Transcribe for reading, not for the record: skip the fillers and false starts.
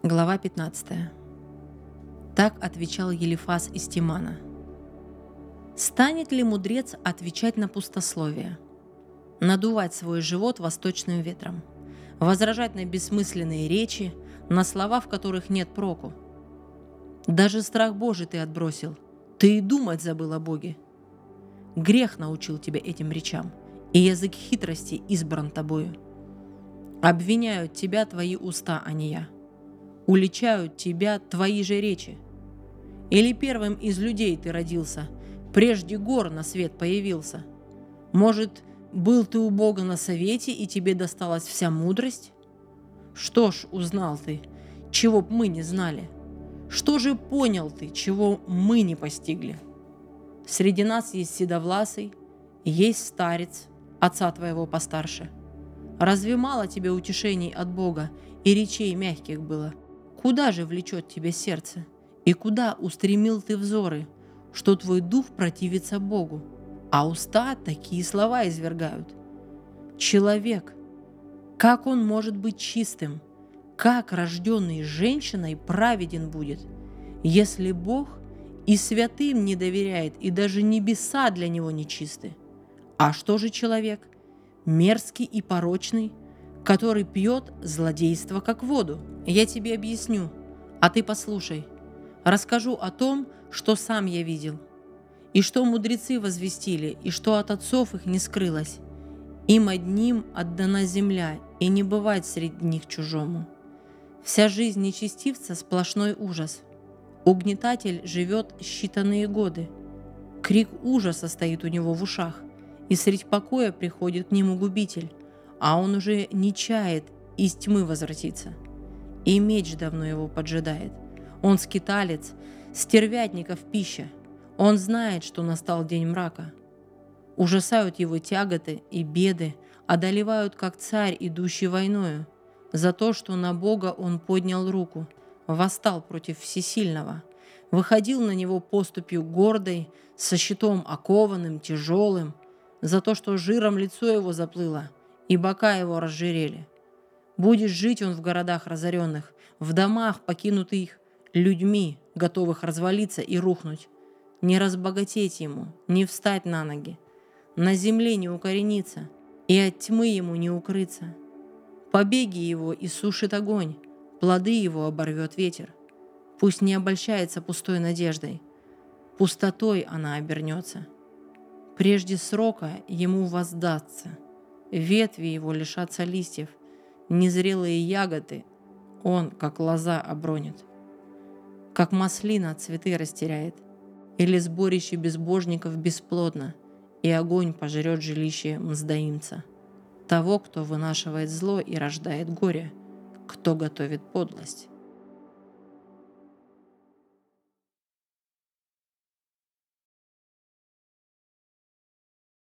Глава 15. Так отвечал Елифаз из Тимана. Станет ли мудрец отвечать на пустословие, надувать свой живот восточным ветром, возражать на бессмысленные речи, на слова, в которых нет проку? Даже страх Божий ты отбросил, ты и думать забыл о Боге. Грех научил тебя этим речам, и язык хитрости избран тобою. Обвиняют тебя твои уста, а не я. Уличают тебя твои же речи. Или первым из людей ты родился, прежде гор на свет появился? Может, был ты у Бога на совете, и тебе досталась вся мудрость? Что ж узнал ты, чего б мы не знали? Что же понял ты, чего мы не постигли? Среди нас есть седовласый, есть старец, отца твоего постарше. Разве мало тебе утешений от Бога и речей мягких было? Куда же влечет тебя сердце? И куда устремил ты взоры, что твой дух противится Богу, а уста такие слова извергают? Человек, как он может быть чистым? Как рожденный женщиной праведен будет, если Бог и святым не доверяет, и даже небеса для него нечисты? А что же человек? Мерзкий и порочный, который пьет злодейство как воду. Я тебе объясню, а ты послушай. Расскажу о том, что сам я видел, и что мудрецы возвестили, и что от отцов их не скрылось. Им одним отдана земля, и не бывать среди них чужому. Вся жизнь нечестивца – сплошной ужас. Угнетатель живет считанные годы. Крик ужаса стоит у него в ушах, и средь покоя приходит к нему губитель, а он уже не чает из тьмы возвратиться. И меч давно его поджидает. Он скиталец, стервятников пища. Он знает, что настал день мрака. Ужасают его тяготы и беды, одолевают, как царь, идущий войною, за то, что на Бога он поднял руку, восстал против всесильного, выходил на него поступью гордой, со щитом окованным, тяжелым, за то, что жиром лицо его заплыло, и бока его разжирели. Будет жить он в городах разоренных, в домах, покинутых людьми, готовых развалиться и рухнуть. Не разбогатеть ему, не встать на ноги, на земле не укорениться, и от тьмы ему не укрыться. Побеги его иссушит огонь, плоды его оборвет ветер. Пусть не обольщается пустой надеждой, пустотой она обернется. Прежде срока ему воздастся, ветви его лишатся листьев, незрелые ягоды он, как лоза, обронит. Как маслина цветы растеряет, или сборище безбожников бесплодно, и огонь пожрет жилище мздоимца, того, кто вынашивает зло и рождает горе, кто готовит подлость.